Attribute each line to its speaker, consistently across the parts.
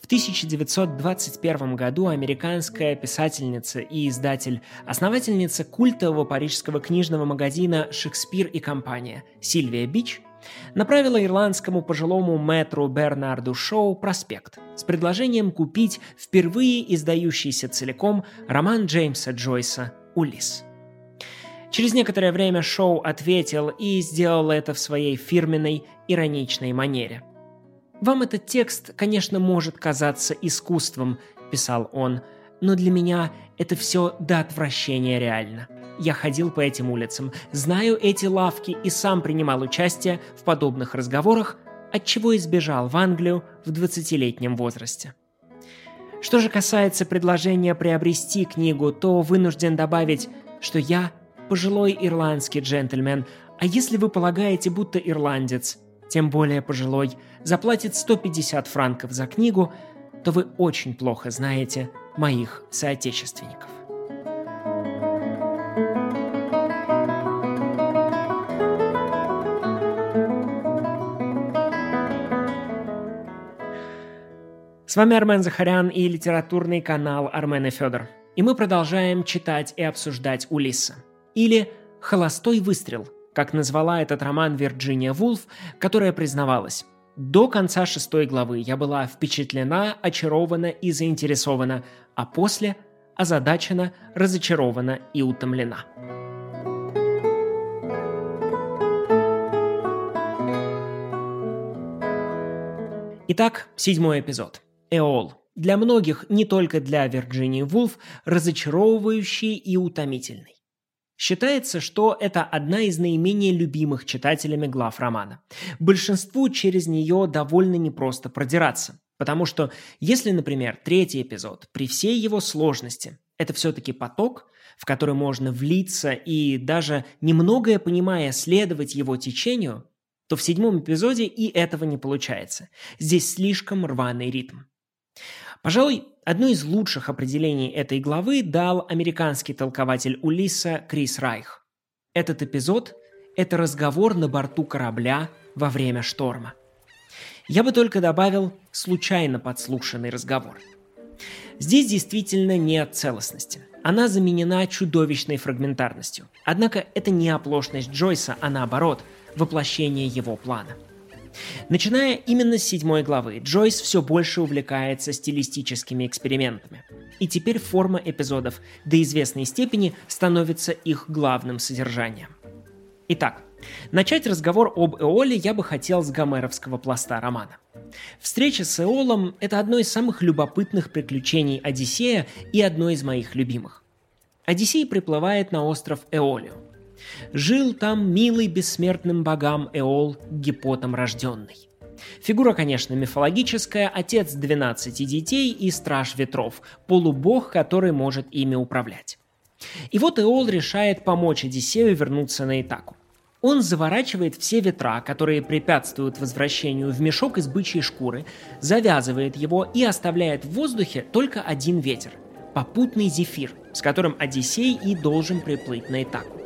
Speaker 1: В 1921 году американская писательница и издатель, основательница культового парижского книжного магазина «Шекспир и компания» Сильвия Бич направила ирландскому пожилому мэтру Бернарду Шоу проспект с предложением купить впервые издающийся целиком роман Джеймса Джойса «Улисс». Через некоторое время Шоу ответил и сделал это в своей фирменной ироничной манере. «Вам этот текст, конечно, может казаться искусством», – писал он, – «но для меня это все до отвращения реально. Я ходил по этим улицам, знаю эти лавки и сам принимал участие в подобных разговорах, отчего избежал в Англию в 20-летнем возрасте». Что же касается предложения приобрести книгу, то вынужден добавить, что я пожилой ирландский джентльмен, а если вы полагаете, будто ирландец, тем более пожилой, заплатит 150 франков за книгу, то вы очень плохо знаете моих соотечественников. С вами Армен Захарян и литературный канал Армен и Федор. И мы продолжаем читать и обсуждать «Улисса». Или «Холостой выстрел», как назвала этот роман Вирджиния Вулф, которая признавалась: «До конца 6 главы я была впечатлена, очарована и заинтересована, а после – озадачена, разочарована и утомлена». Итак, 7 эпизод. Эол. Для многих, не только для Вирджинии Вулф, разочаровывающий и утомительный. Считается, что это одна из наименее любимых читателями глав романа. Большинству через нее довольно непросто продираться, потому что если, например, 3-й эпизод, при всей его сложности, это все-таки поток, в который можно влиться и даже немногое понимая следовать его течению, то в 7-м эпизоде и этого не получается. Здесь слишком рваный ритм. Пожалуй, одно из лучших определений этой главы дал американский толкователь Улисса Крис Райх. Этот эпизод – это разговор на борту корабля во время шторма. Я бы только добавил случайно подслушанный разговор. Здесь действительно нет целостности. Она заменена чудовищной фрагментарностью. Однако это не оплошность Джойса, а наоборот, воплощение его плана. Начиная именно с 7 главы, Джойс все больше увлекается стилистическими экспериментами. И теперь форма эпизодов до известной степени становится их главным содержанием. Итак, начать разговор об Эоле я бы хотел с гомеровского пласта романа. Встреча с Эолом – это одно из самых любопытных приключений Одиссея и одно из моих любимых. Одиссей приплывает на остров Эолию. Жил там милый бессмертным богам Эол, гипотом рожденный. Фигура, конечно, мифологическая, отец 12 детей и страж ветров, полубог, который может ими управлять. И вот Эол решает помочь Одиссею вернуться на Итаку. Он заворачивает все ветра, которые препятствуют возвращению, в мешок из бычьей шкуры, завязывает его и оставляет в воздухе только один ветер – попутный зефир, с которым Одиссей и должен приплыть на Итаку.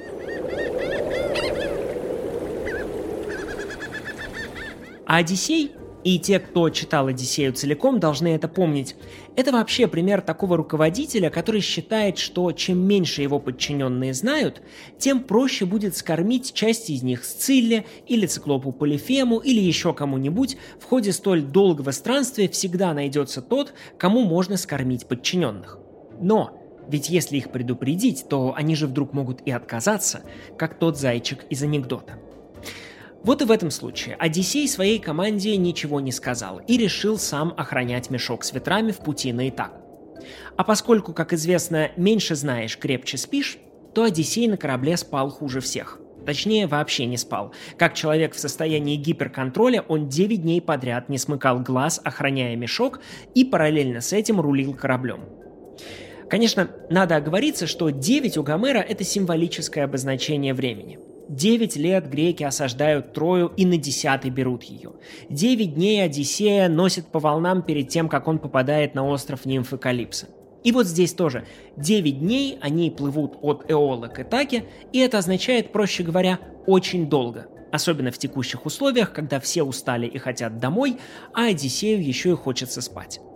Speaker 1: А Одиссей, и те, кто читал Одиссею целиком, должны это помнить, это вообще пример такого руководителя, который считает, что чем меньше его подчиненные знают, тем проще будет скормить часть из них Сцилле или циклопу Полифему или еще кому-нибудь. В ходе столь долгого странствия всегда найдется тот, кому можно скормить подчиненных. Но ведь если их предупредить, то они же вдруг могут и отказаться, как тот зайчик из анекдота. Вот и в этом случае Одиссей своей команде ничего не сказал и решил сам охранять мешок с ветрами в пути на Итаку. А поскольку, как известно, меньше знаешь, крепче спишь, то Одиссей на корабле спал хуже всех. Точнее, вообще не спал. Как человек в состоянии гиперконтроля, он 9 дней подряд не смыкал глаз, охраняя мешок, и параллельно с этим рулил кораблем. Конечно, надо оговориться, что 9 у Гомера – это символическое обозначение времени. 9 лет греки осаждают Трою и на 10-й берут ее. 9 дней Одиссея носит по волнам перед тем, как он попадает на остров Нимфы Калипсо. И вот здесь тоже 9 дней они плывут от Эола к Итаке, и это означает, проще говоря, очень долго. Особенно в текущих условиях, когда все устали и хотят домой, а Одиссею еще и хочется спать.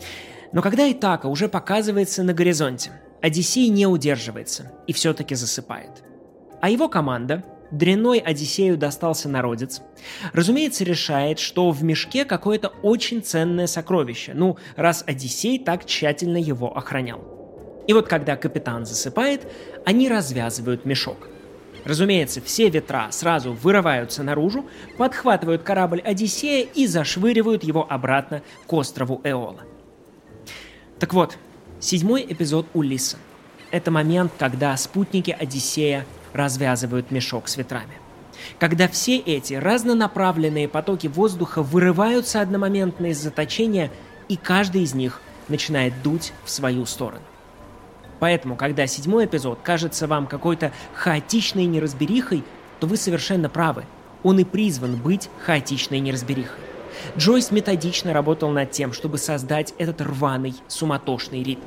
Speaker 1: Но когда Итака уже показывается на горизонте, Одиссей не удерживается и все-таки засыпает. А его команда, дрянной Одиссею достался народец, разумеется, решает, что в мешке какое-то очень ценное сокровище, раз Одиссей так тщательно его охранял. И вот когда капитан засыпает, они развязывают мешок. Разумеется, все ветра сразу вырываются наружу, подхватывают корабль Одиссея и зашвыривают его обратно к острову Эола. Так вот, 7-й эпизод Улисса. Это момент, когда спутники Одиссея развязывают мешок с ветрами. Когда все эти разнонаправленные потоки воздуха вырываются одномоментно из заточения, и каждый из них начинает дуть в свою сторону. Поэтому, когда 7-й эпизод кажется вам какой-то хаотичной неразберихой, то вы совершенно правы. Он и призван быть хаотичной неразберихой. Джойс методично работал над тем, чтобы создать этот рваный, суматошный ритм.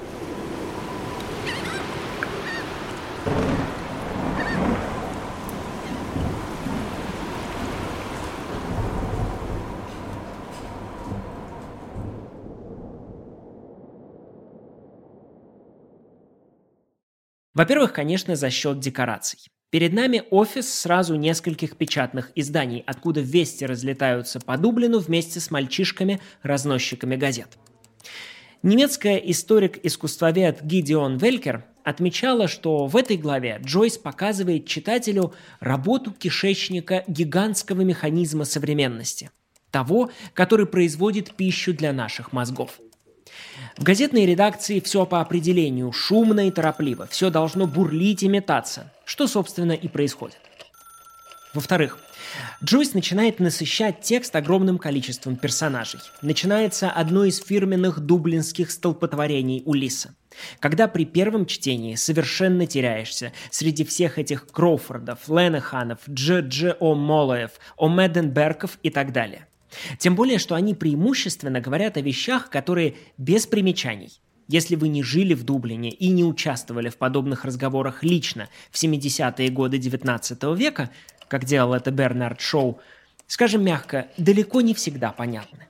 Speaker 1: Во-первых, конечно, за счет декораций. Перед нами офис сразу нескольких печатных изданий, откуда вести разлетаются по Дублину вместе с мальчишками-разносчиками газет. Немецкая историк-искусствовед Гидеон Велькер отмечала, что в этой главе Джойс показывает читателю работу кишечника гигантского механизма современности, того, который производит пищу для наших мозгов. В газетной редакции все по определению шумно и торопливо, все должно бурлить и метаться, что, собственно, и происходит. Во-вторых, Джойс начинает насыщать текст огромным количеством персонажей. Начинается одно из фирменных дублинских столпотворений Улисса, когда при первом чтении совершенно теряешься среди всех этих Кроуфордов, Ленаханов, Дж.О. Моллоев, О'Меденберков и так далее. Тем более, что они преимущественно говорят о вещах, которые без примечаний. Если вы не жили в Дублине и не участвовали в подобных разговорах лично в 70-е годы XIX века, как делал это Бернард Шоу, скажем мягко, далеко не всегда понятны.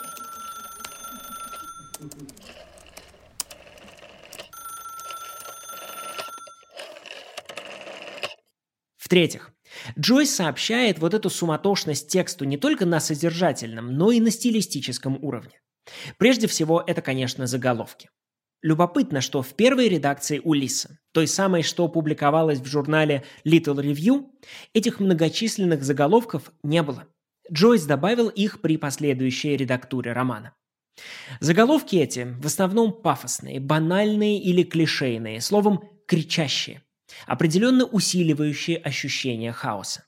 Speaker 1: В-третьих, Джойс сообщает вот эту суматошность тексту не только на содержательном, но и на стилистическом уровне. Прежде всего, это, конечно, заголовки. Любопытно, что в первой редакции Улисса, той самой, что публиковалась в журнале Little Review, этих многочисленных заголовков не было. Джойс добавил их при последующей редактуре романа. Заголовки эти в основном пафосные, банальные или клишейные, словом, кричащие, определенно усиливающие ощущение хаоса.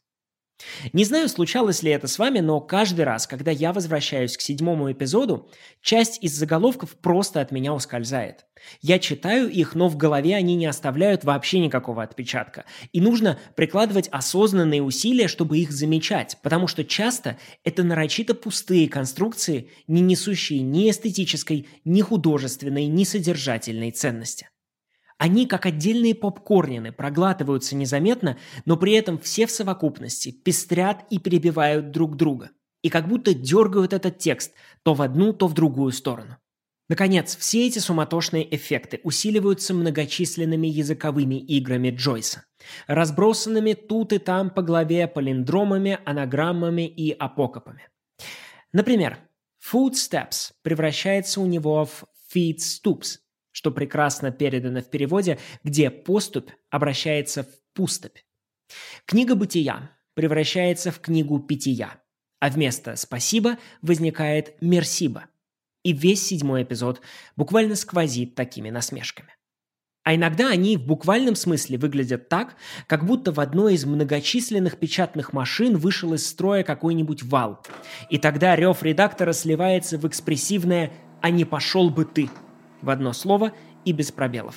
Speaker 1: Не знаю, случалось ли это с вами, но каждый раз, когда я возвращаюсь к 7-му эпизоду, часть из заголовков просто от меня ускользает. Я читаю их, но в голове они не оставляют вообще никакого отпечатка. И нужно прикладывать осознанные усилия, чтобы их замечать, потому что часто это нарочито пустые конструкции, не несущие ни эстетической, ни художественной, ни содержательной ценности. Они, как отдельные попкорнины, проглатываются незаметно, но при этом все в совокупности пестрят и перебивают друг друга. И как будто дергают этот текст то в одну, то в другую сторону. Наконец, все эти суматошные эффекты усиливаются многочисленными языковыми играми Джойса, разбросанными тут и там по главе палиндромами, анаграммами и апокопами. Например, footsteps превращается у него в feetstoops, что прекрасно передано в переводе, где поступь обращается в пустопь. Книга бытия превращается в книгу пития, а вместо «спасибо» возникает «мерсиба». И весь 7-й эпизод буквально сквозит такими насмешками. А иногда они в буквальном смысле выглядят так, как будто в одной из многочисленных печатных машин вышел из строя какой-нибудь вал. И тогда рев редактора сливается в экспрессивное «а не пошел бы ты» в одно слово и без пробелов.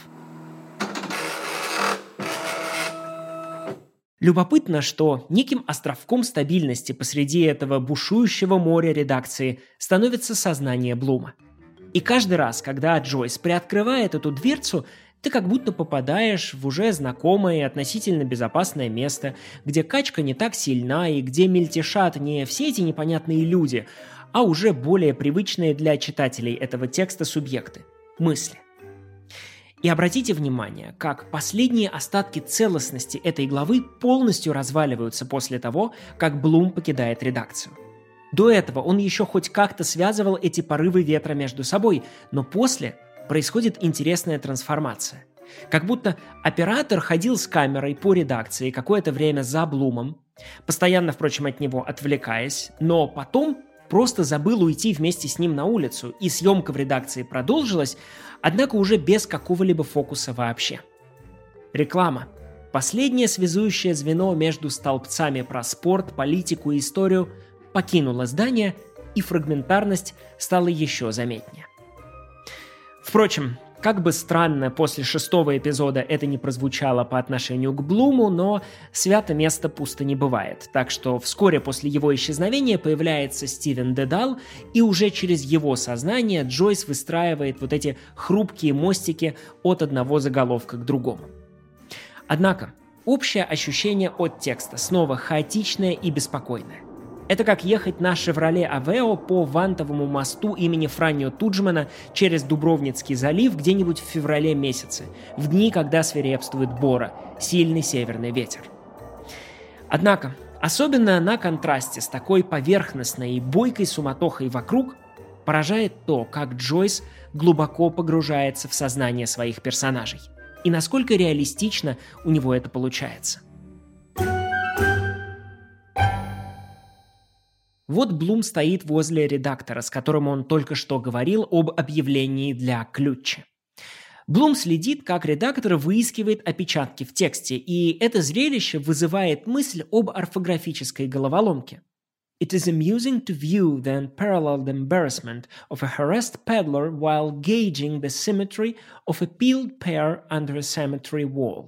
Speaker 1: Любопытно, что неким островком стабильности посреди этого бушующего моря редакции становится сознание Блума. И каждый раз, когда Джойс приоткрывает эту дверцу, ты как будто попадаешь в уже знакомое и относительно безопасное место, где качка не так сильна и где мельтешат не все эти непонятные люди, а уже более привычные для читателей этого текста субъекты – мысли. И обратите внимание, как последние остатки целостности этой главы полностью разваливаются после того, как Блум покидает редакцию. До этого он еще хоть как-то связывал эти порывы ветра между собой, но после происходит интересная трансформация. Как будто оператор ходил с камерой по редакции какое-то время за Блумом, постоянно, впрочем, от него отвлекаясь, но потом просто забыл уйти вместе с ним на улицу, и съемка в редакции продолжилась, однако уже без какого-либо фокуса вообще. Реклама. Последнее связующее звено между столбцами про спорт, политику и историю покинуло здание, и фрагментарность стала еще заметнее. Впрочем, как бы странно после 6-го эпизода это не прозвучало по отношению к Блуму, но свято место пусто не бывает. Так что вскоре после его исчезновения появляется Стивен Дедал, и уже через его сознание Джойс выстраивает вот эти хрупкие мостики от одного заголовка к другому. Однако, общее ощущение от текста снова хаотичное и беспокойное. Это как ехать на «Шевроле Авео» по вантовому мосту имени Франнио Туджмана через Дубровницкий залив где-нибудь в феврале месяце, в дни, когда свирепствует бора, сильный северный ветер. Однако, особенно на контрасте с такой поверхностной и бойкой суматохой вокруг, поражает то, как Джойс глубоко погружается в сознание своих персонажей, и насколько реалистично у него это получается. Вот Блум стоит возле редактора, с которым он только что говорил об объявлении для Ключчи. Блум следит, как редактор выискивает опечатки в тексте, и это зрелище вызывает мысль об орфографической головоломке. It is amusing to view the unparalleled embarrassment of a harassed peddler while gauging the symmetry of a peeled pear under a cemetery wall.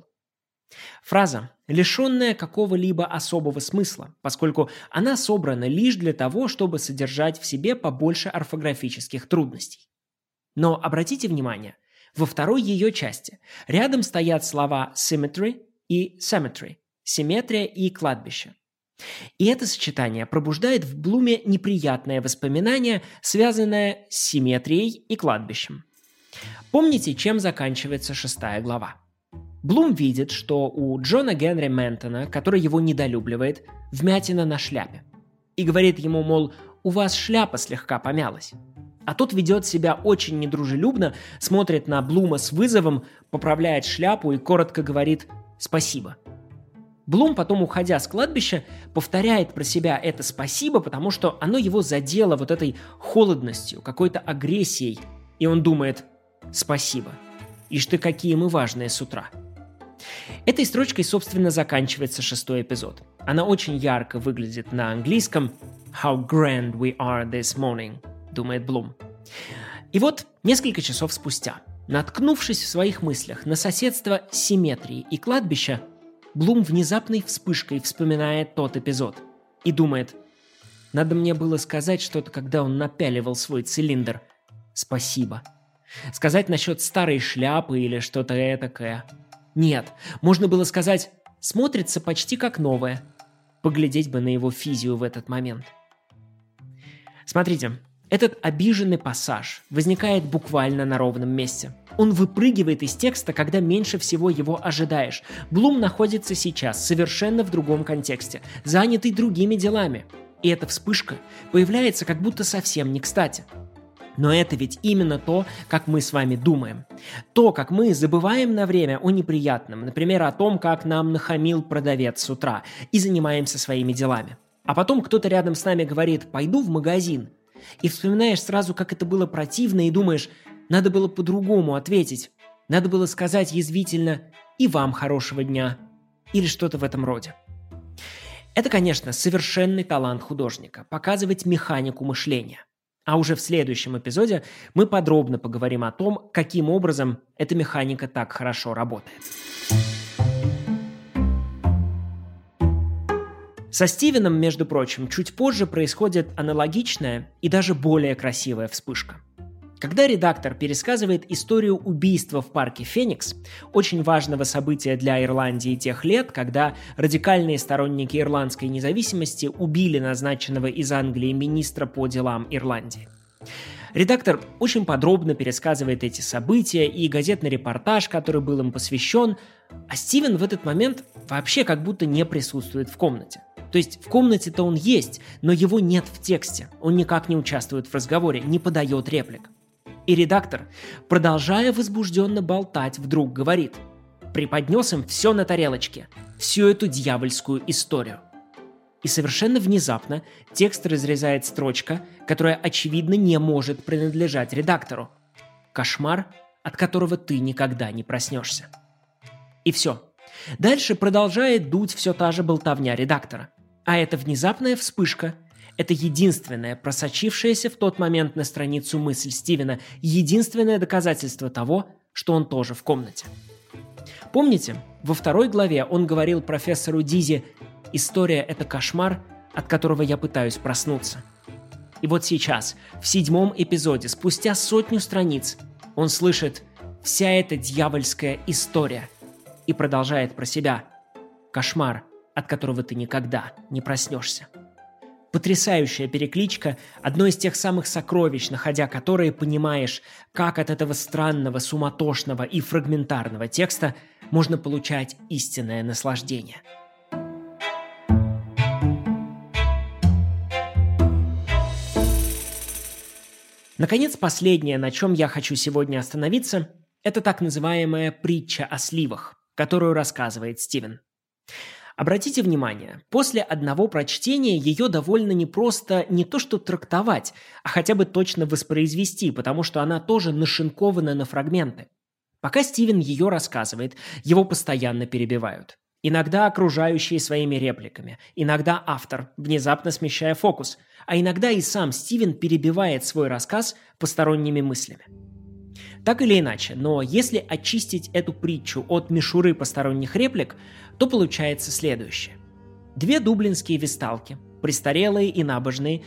Speaker 1: Фраза, лишенная какого-либо особого смысла, поскольку она собрана лишь для того, чтобы содержать в себе побольше орфографических трудностей. Но обратите внимание, во второй ее части рядом стоят слова symmetry и cemetery, симметрия и кладбище. И это сочетание пробуждает в Блуме неприятное воспоминание, связанное с симметрией и кладбищем. Помните, чем заканчивается 6 глава? Блум видит, что у Джона Генри Ментона, который его недолюбливает, вмятина на шляпе. И говорит ему, мол, у вас шляпа слегка помялась. А тот ведет себя очень недружелюбно, смотрит на Блума с вызовом, поправляет шляпу и коротко говорит «спасибо». Блум потом, уходя с кладбища, повторяет про себя это «спасибо», потому что оно его задело вот этой холодностью, какой-то агрессией. И он думает «спасибо». Ишь ты, какие мы важные с утра. Этой строчкой, собственно, заканчивается 6-й эпизод. Она очень ярко выглядит на английском «How grand we are this morning», думает Блум. И вот несколько часов спустя, наткнувшись в своих мыслях на соседство симметрии и кладбища, Блум внезапной вспышкой вспоминает тот эпизод и думает, надо мне было сказать что-то, когда он напяливал свой цилиндр. Спасибо. Сказать насчет старой шляпы или что-то этакое. Нет, можно было сказать, смотрится почти как новое. Поглядеть бы на его физию в этот момент. Смотрите, этот обиженный пассаж возникает буквально на ровном месте. Он выпрыгивает из текста, когда меньше всего его ожидаешь. Блум находится сейчас совершенно в другом контексте, занятый другими делами. И эта вспышка появляется как будто совсем не кстати. Но это ведь именно то, как мы с вами думаем. То, как мы забываем на время о неприятном, например, о том, как нам нахамил продавец с утра, и занимаемся своими делами. А потом кто-то рядом с нами говорит «пойду в магазин». И вспоминаешь сразу, как это было противно, и думаешь, надо было по-другому ответить. Надо было сказать язвительно «и вам хорошего дня» или что-то в этом роде. Это, конечно, совершенный талант художника – показывать механику мышления. А уже в следующем эпизоде мы подробно поговорим о том, каким образом эта механика так хорошо работает. Со Стивеном, между прочим, чуть позже происходит аналогичная и даже более красивая вспышка. Когда редактор пересказывает историю убийства в парке Феникс, очень важного события для Ирландии тех лет, когда радикальные сторонники ирландской независимости убили назначенного из Англии министра по делам Ирландии. Редактор очень подробно пересказывает эти события и газетный репортаж, который был им посвящен, а Стивен в этот момент вообще как будто не присутствует в комнате. То есть в комнате-то он есть, но его нет в тексте, он никак не участвует в разговоре, не подает реплик. И редактор, продолжая возбужденно болтать, вдруг говорит: «Преподнес им все на тарелочке, всю эту дьявольскую историю». И совершенно внезапно текст разрезает строчка, которая, очевидно, не может принадлежать редактору. «Кошмар, от которого ты никогда не проснешься». И все. Дальше продолжает дуть все та же болтовня редактора. А это внезапная вспышка. Это единственное просочившееся в тот момент на страницу мысль Стивена, единственное доказательство того, что он тоже в комнате. Помните, во 2 главе он говорил профессору Дизи: «История – это кошмар, от которого я пытаюсь проснуться». И вот сейчас, в 7 эпизоде, спустя 100 страниц, он слышит «вся эта дьявольская история» и продолжает про себя: «Кошмар, от которого ты никогда не проснешься». Потрясающая перекличка, одно из тех самых сокровищ, находя которые понимаешь, как от этого странного, суматошного и фрагментарного текста можно получать истинное наслаждение. Наконец, последнее, на чем я хочу сегодня остановиться, это так называемая притча о сливах, которую рассказывает Стивен. Обратите внимание, после одного прочтения ее довольно непросто не то что трактовать, а хотя бы точно воспроизвести, потому что она тоже нашинкована на фрагменты. Пока Стивен ее рассказывает, его постоянно перебивают. Иногда окружающие своими репликами, иногда автор, внезапно смещая фокус, а иногда и сам Стивен перебивает свой рассказ посторонними мыслями. Так или иначе, но если очистить эту притчу от мишуры посторонних реплик, то получается следующее. 2 дублинские весталки, престарелые и набожные,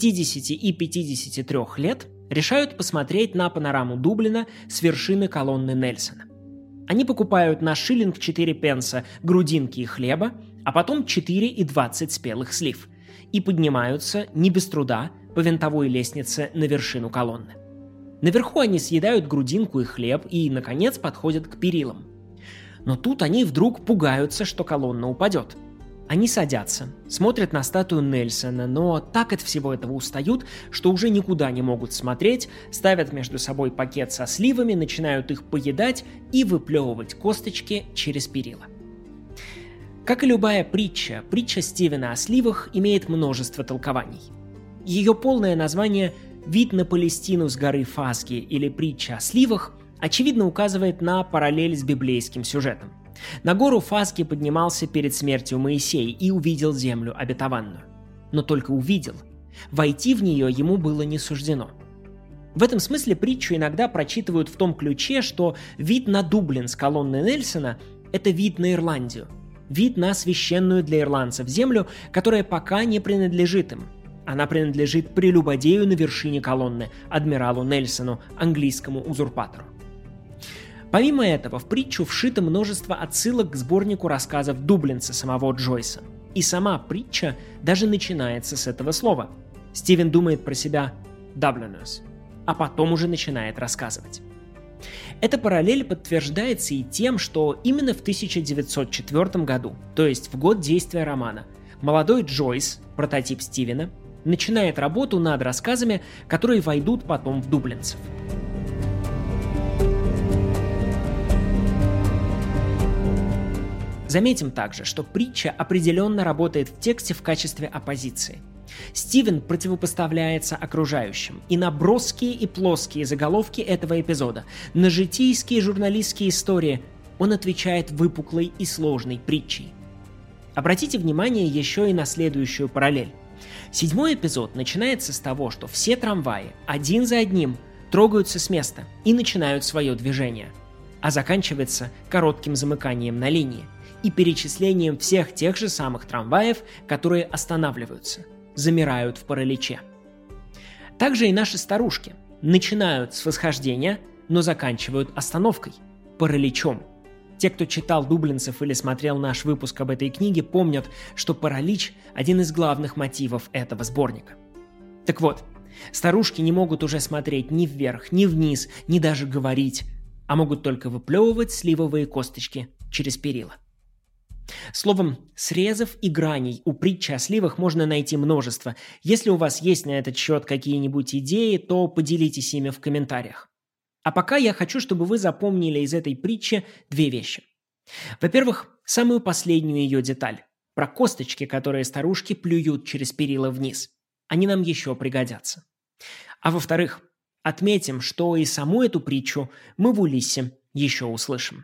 Speaker 1: 50 и 53 лет, решают посмотреть на панораму Дублина с вершины колонны Нельсона. Они покупают на шиллинг 4 пенса грудинки и хлеба, а потом 4 и 20 спелых слив, и поднимаются, не без труда, по винтовой лестнице на вершину колонны. Наверху они съедают грудинку и хлеб и, наконец, подходят к перилам. Но тут они вдруг пугаются, что колонна упадет. Они садятся, смотрят на статую Нельсона, но так от всего этого устают, что уже никуда не могут смотреть, ставят между собой пакет со сливами, начинают их поедать и выплевывать косточки через перила. Как и любая притча, притча Стивена о сливах имеет множество толкований. Ее полное название «Вид на Палестину с горы Фасги» или «Притча о сливах» очевидно указывает на параллель с библейским сюжетом. На гору Фасги поднимался перед смертью Моисей и увидел землю обетованную. Но только увидел. Войти в нее ему было не суждено. В этом смысле притчу иногда прочитывают в том ключе, что вид на Дублин с колонны Нельсона – это вид на Ирландию. Вид на священную для ирландцев землю, которая пока не принадлежит им. Она принадлежит прелюбодею на вершине колонны, адмиралу Нельсону, английскому узурпатору. Помимо этого, в притчу вшито множество отсылок к сборнику рассказов «Дублинцы» самого Джойса. И сама притча даже начинается с этого слова. Стивен думает про себя «Dubliners», а потом уже начинает рассказывать. Эта параллель подтверждается и тем, что именно в 1904 году, то есть в год действия романа, молодой Джойс, прототип Стивена, начинает работу над рассказами, которые войдут потом в «Дублинцев». Заметим также, что притча определенно работает в тексте в качестве оппозиции. Стивен противопоставляется окружающим, и на броские и плоские заголовки этого эпизода, на житейские журналистские истории он отвечает выпуклой и сложной притчей. Обратите внимание еще и на следующую параллель. 7 эпизод начинается с того, что все трамваи один за одним трогаются с места и начинают свое движение, а заканчивается коротким замыканием на линии и перечислением всех тех же самых трамваев, которые останавливаются, замирают в параличе. Также и наши старушки. начинают с восхождения, но заканчивают остановкой, параличом. Те, кто читал «Дублинцев» или смотрел наш выпуск об этой книге, помнят, что паралич – один из главных мотивов этого сборника. Так вот, старушки не могут уже смотреть ни вверх, ни вниз, ни даже говорить, а могут только выплевывать сливовые косточки через перила. Словом, срезов и граней у притчи о сливах можно найти множество. Если у вас есть на этот счет какие-нибудь идеи, то поделитесь ими в комментариях. А пока я хочу, чтобы вы запомнили из этой притчи две вещи. Во-первых, самую последнюю ее деталь – про косточки, которые старушки плюют через перила вниз. Они нам еще пригодятся. А во-вторых, отметим, что и саму эту притчу мы в Улиссе еще услышим.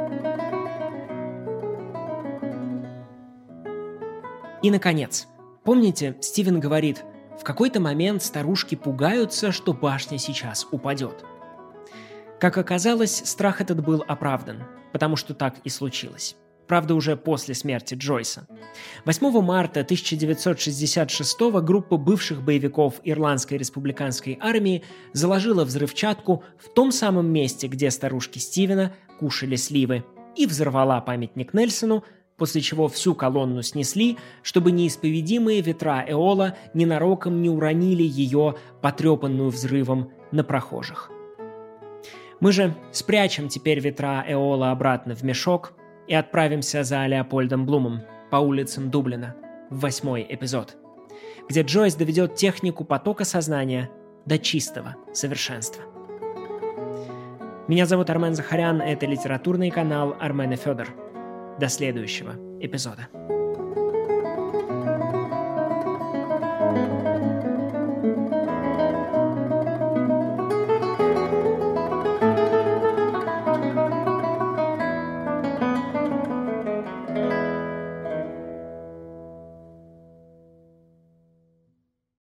Speaker 1: И, наконец, помните, Стивен говорит, в какой-то момент старушки пугаются, что башня сейчас упадет. Как оказалось, страх этот был оправдан, потому что так и случилось. Правда, уже после смерти Джойса. 8 марта 1966 группа бывших боевиков Ирландской республиканской армии заложила взрывчатку в том самом месте, где старушки Стивена кушали сливы, и взорвала памятник Нельсону, после чего всю колонну снесли, чтобы неисповедимые ветра Эола ненароком не уронили ее, потрепанную взрывом, на прохожих. Мы же спрячем теперь ветра Эола обратно в мешок и отправимся за Леопольдом Блумом по улицам Дублина в 8-й эпизод, где Джойс доведет технику потока сознания до чистого совершенства. Меня зовут Армен Захарян, это литературный канал Армен и Федор. До следующего эпизода.